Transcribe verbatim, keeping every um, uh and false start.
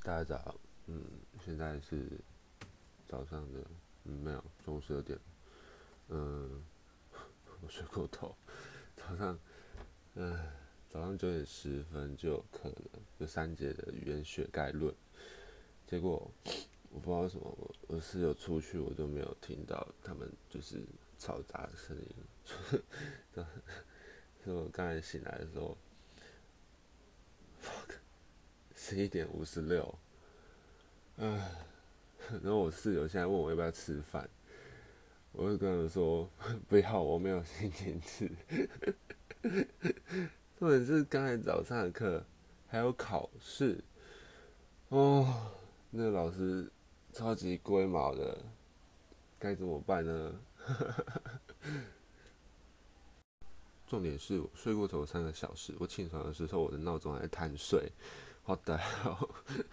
大家早，嗯，现在是早上的，嗯，没有，中午十二点，嗯，我睡过头，早上，嗯，早上九点十分就有课了，就三节的语言学概论，结果我不知道为什么我我室友出去，我都没有听到他们就是嘈杂的声音，所以我刚才醒来的时候，十一点五十六，然后我室友现在问我要不要吃饭，我就跟他说不要，我没有心情吃。重点是刚才早上的课还有考试哦，那个老师超级龟毛的，该怎么办呢？重点是我睡过头三个小时，我起床的时候我的闹钟还在贪睡，好的。